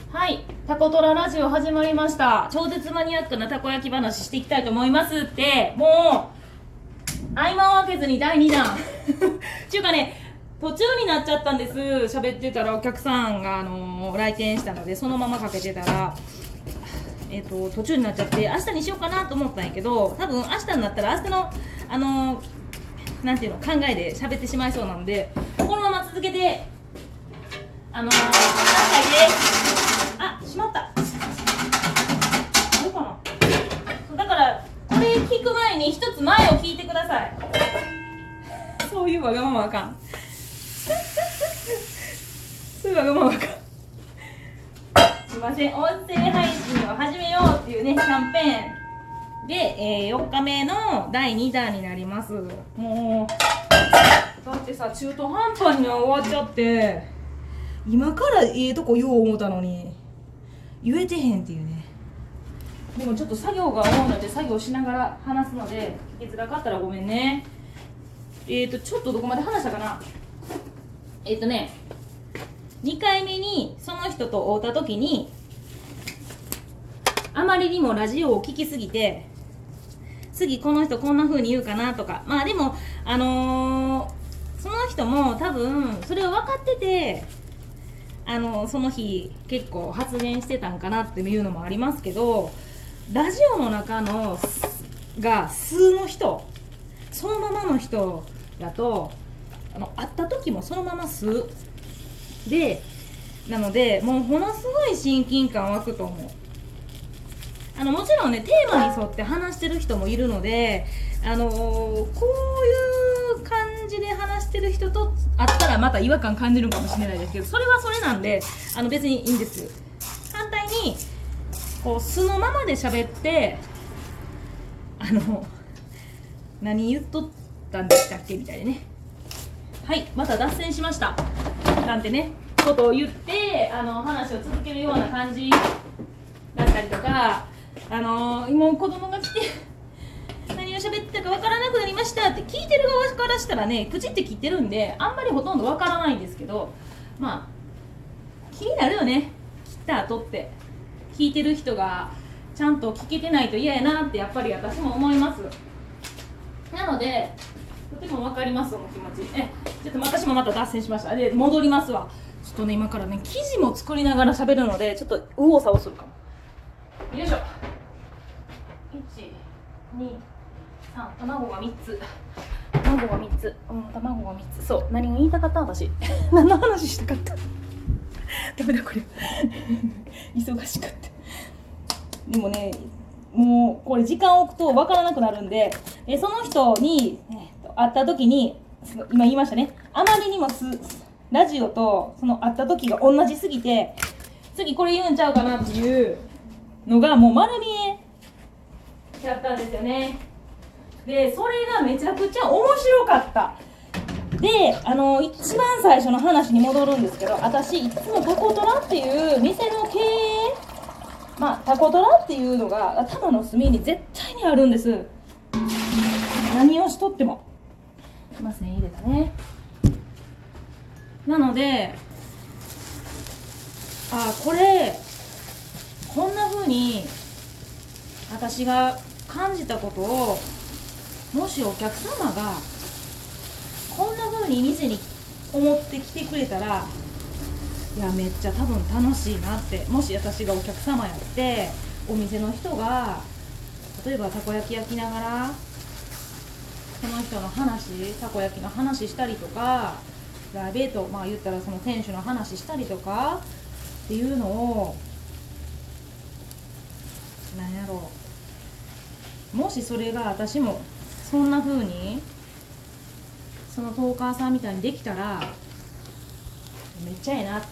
はい、タコトララジオ始まりました。超絶マニアックなたこ焼き話していきたいと思いますって、もう合間を空けずに第2弾っていうかね、途中になっちゃったんです。喋ってたらお客さんが来店したので、そのままかけてたら途中になっちゃって、明日にしようかなと思ったんやけど、多分明日になったら明日のなんていうの、考えで喋ってしまいそうなので、このまま続けて3回で、あ、しまった。あるかな。だからこれ聞く前に一つ前を聞いてください。そういうわがままあかんそういうわがままあかん。すいません、音声配信を始めようっていうね、キャンペーンで、4日目の第2弾になります。もうだってさ、中途半端に終わっちゃって、今からとこ言おう思ったのに言えてへんっていうね。でもちょっと作業が多いので、作業しながら話すので聞きづらかったらごめんね。ちょっとどこまで話したかな。2回目にその人と会った時に、あまりにもラジオを聞きすぎて、次この人こんな風に言うかなとか、まあでもその人も多分それを分かってて、その日結構発言してたんかなっていうのもありますけど、ラジオの中のが数の人、そのままの人だと会った時もそのまま数で、なのでもうものすごい親近感湧くと思う。もちろんね、テーマに沿って話してる人もいるので、こういう感じで話してる人と会ったらまた違和感感じるかもしれないですけど、それはそれなんで別にいいんです。反対にこう素のままで喋って、何言っとったんでしたっけみたいでね、はい、また脱線しましたなんてねことを言って、話を続けるような感じだったりとか、今子供が来て何を喋ってたかわからなくなりましたって聞いてる側からしたらね、口って切ってるんであんまりほとんどわからないんですけど、まあ気になるよね。切った後って聞いてる人がちゃんと聞けてないと嫌やなってやっぱり私も思います。なのでとてもわかります、その気持ち。ちょっと私もまた脱線しました。で、戻りますわ。ちょっとね、今からね、記事も作りながら喋るので、ちょっと右往左往するかも。よいしょ。1、2、3、卵が3つ。卵が3つ。卵が3つ。そう、何が言いたかった私。何の話したかった。ダメだこれ。忙しかった。でもね、もうこれ時間を置くと分からなくなるんで、その人に、会った時に、今言いましたね、あまりにもラジオとその会った時が同じすぎて、次これ言うんちゃうかなっていうのがもう丸見えちゃったんですよね。でそれがめちゃくちゃ面白かった。で一番最初の話に戻るんですけど、私いつもタコトラっていう店の経営、タコトラっていうのが頭の隅に絶対にあるんです。何をしとってもいますね。入れたね。なのでこれこんな風に私が感じたことを、もしお客様がこんな風に店に思ってきてくれたら、いやめっちゃ多分楽しいなって。もし私がお客様やって、お店の人が例えばたこ焼き焼きながらその人の話、たこ焼きの話したりとか、プライベート、言ったらその店主の話したりとかっていうのを、なんやろう、もしそれが私もそんな風にそのトーカーさんみたいにできたらめっちゃええなって、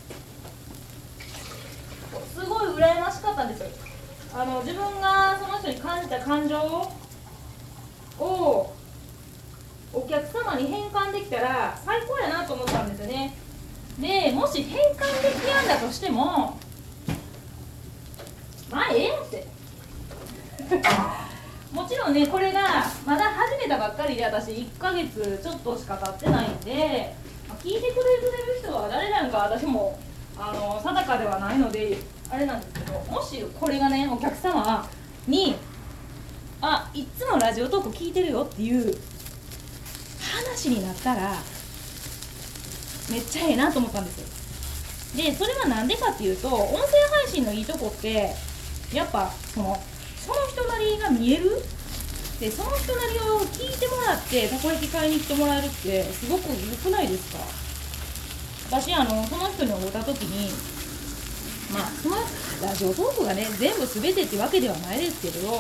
すごい羨ましかったんですよ。自分がその人に感じた感情をお客様に変換できたら最高やなと思ったんですよね。でもし変換できやんだとしても、ええやんってもちろんね、これがまだ始めたばっかりで、私1ヶ月ちょっとしか経ってないんで、聞いてくれてる人は誰なんか私も定かではないのであれなんですけど、もしこれがねお客様にいつもラジオトーク聞いてるよっていう話になったらめっちゃええなと思ったんですよ。でそれはなんでかっていうと、音声配信のいいとこってやっぱその人なりが見える。でその人なりを聞いてもらってたこ焼き買いに来てもらえるってすごく良くないですか。私その人に会った時にそのラジオトークがね全部全てってわけではないですけれど、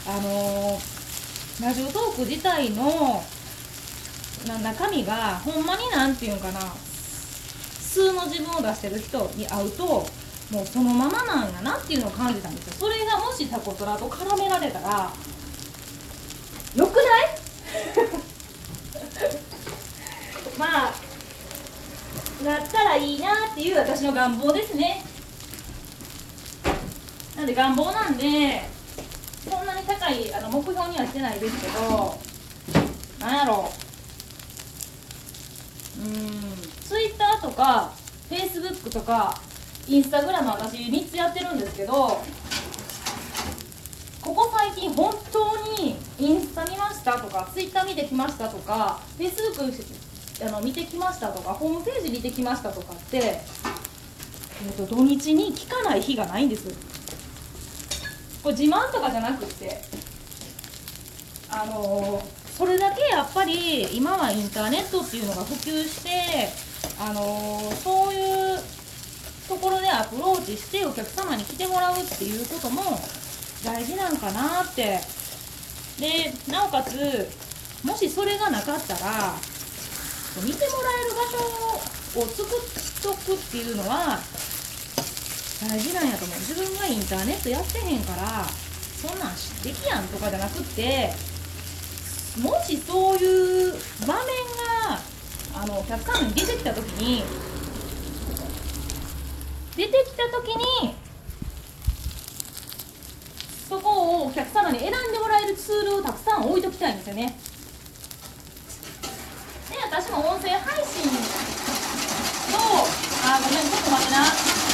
ラジオトーク自体の中身がほんまになんていうんかな、素の自分を出してる人に会うともうそのままなんやなっていうのを感じたんですよ。それがもしタコトラと絡められたらよくないなったらいいなっていう私の願望ですね。なんで願望なんでそんなに高い目標にはしてないですけど、なんやろツイッターとかフェイスブックとかインスタグラム私3つやってるんですけど、ここ最近本当にインスタ見ましたとかツイッター見てきましたとかフェイスブック見てきましたとかホームページ見てきましたとかって、土日に聞かない日がないんです。これ自慢とかじゃなくってそれだけやっぱり今はインターネットっていうのが普及してそういうところでアプローチしてお客様に来てもらうっていうことも大事なんかなって。でなおかつもしそれがなかったら見てもらえる場所を作っとくっていうのは大事なんやと思う。自分がインターネットやってへんからそんなん知ってきやんとかじゃなくって、もしそういう場面がお客さんに出てきた時にそこをお客様に選んでもらえるツールをたくさん置いときたいんですよね。で私も音声配信とごめんちょっと待ってな。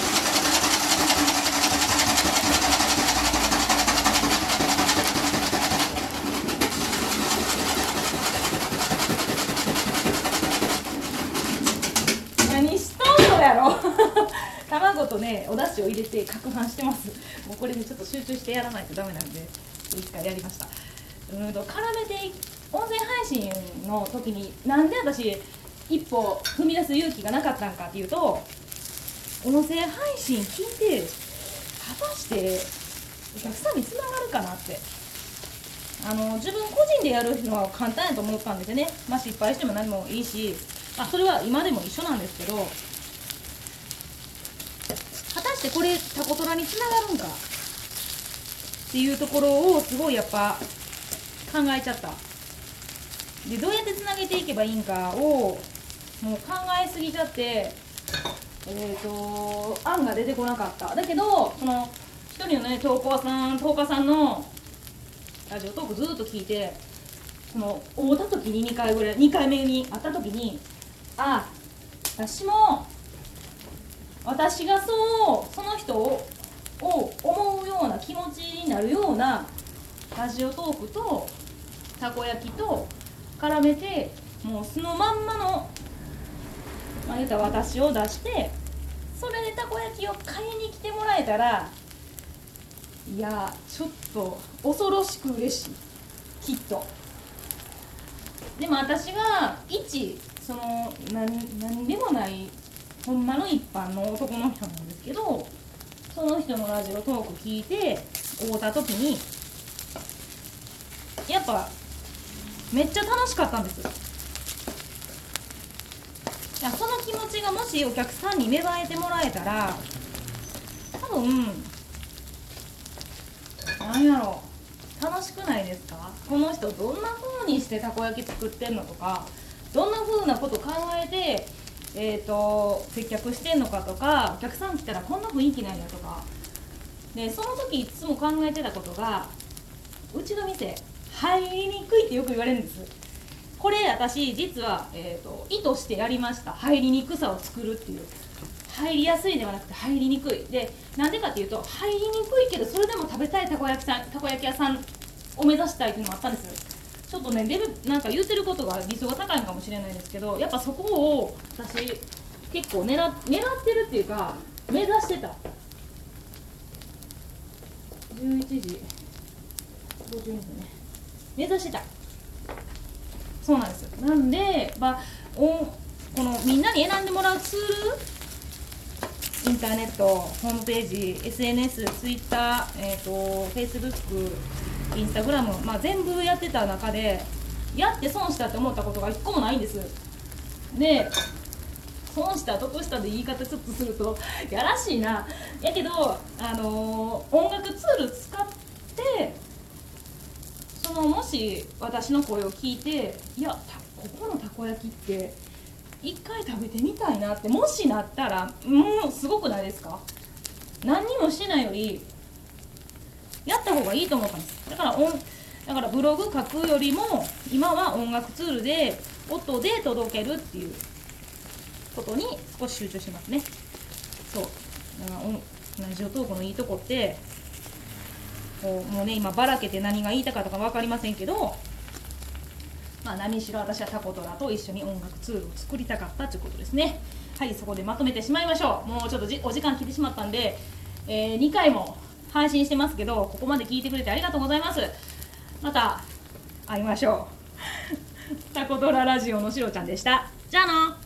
何しとんのやろ卵とねお出汁を入れて攪拌してます。もうこれでちょっと集中してやらないとダメなんで一回やりました。絡めて音声配信の時になんで私一歩踏み出す勇気がなかったんかっていうと、音声配信聞いて果たしてお客さんにつながるかなって。自分個人でやるのは簡単やと思ったんですよね。失敗しても何もいいし、それは今でも一緒なんですけど、果たしてこれタコトラにつながるんかっていうところをすごいやっぱ考えちゃった。でどうやってつなげていけばいいんかをもう考えすぎちゃって案が出てこなかった。だけどその一人のねトーカーさんのラジオトークずっと聞いて、その会った時に2回目に会った時に私がその人を思うような気持ちになるようなラジオトークとたこ焼きと絡めて、もうそのまんまの言うたら私を出して、それでたこ焼きを買いに来てもらえたら、いやちょっと恐ろしく嬉しい、きっと。でも私がその何でもないほんまの一般の男の人なんですけど、その人のラジオトーク聞いて会った時にやっぱめっちゃ楽しかったんです。その気持ちがもしお客さんに芽生えてもらえたら、多分なんやろ楽しくないですか。この人どんな風にしてたこ焼き作ってんのとか、どんな風なこと考えて接客してんのかとか、お客さん来たらこんな雰囲気なんやとかで、その時いつも考えてたことが、うちの店入りにくいってよく言われるんです。これ私実は、意図してやりました。入りにくさを作るっていう。 入りやすいではなくて入りにくいで、なんでかっていうと入りにくいけどそれでも食べたいたこ焼き屋さんを目指したいっていうのもあったんですよ。ちょっとねなんか言ってることが理想が高いのかもしれないですけど、やっぱそこを私結構狙ってるっていうか目指してた。11時52分ね、目指してた。そうなんですよ。なんで、このみんなに選んでもらうツール、インターネット、ホームページ、SNS、Twitter、Facebook、Instagram、全部やってた中でやって損したって思ったことが1個もないんです。で損した得したで言い方ちょっとするとやらしいなやけど、音楽ツール使ってもし私の声を聞いて、いやここのたこ焼きって一回食べてみたいなってもしなったら、もうすごくないですか。何にもしないよりやった方がいいと思ったんです。だからブログ書くよりも今は音楽ツールで音で届けるっていうことに少し集中しますね。そうだからラジオトークのいいとこってもうね今ばらけて何が言いたかったか分かりませんけど、何しろ私はタコトラと一緒に音楽ツールを作りたかったということですね。はい、そこでまとめてしまいましょう。もうちょっとお時間切ってしまったんで、2回も配信してますけど、ここまで聞いてくれてありがとうございます。また会いましょう。タコトララジオのしろちゃんでした。じゃあな。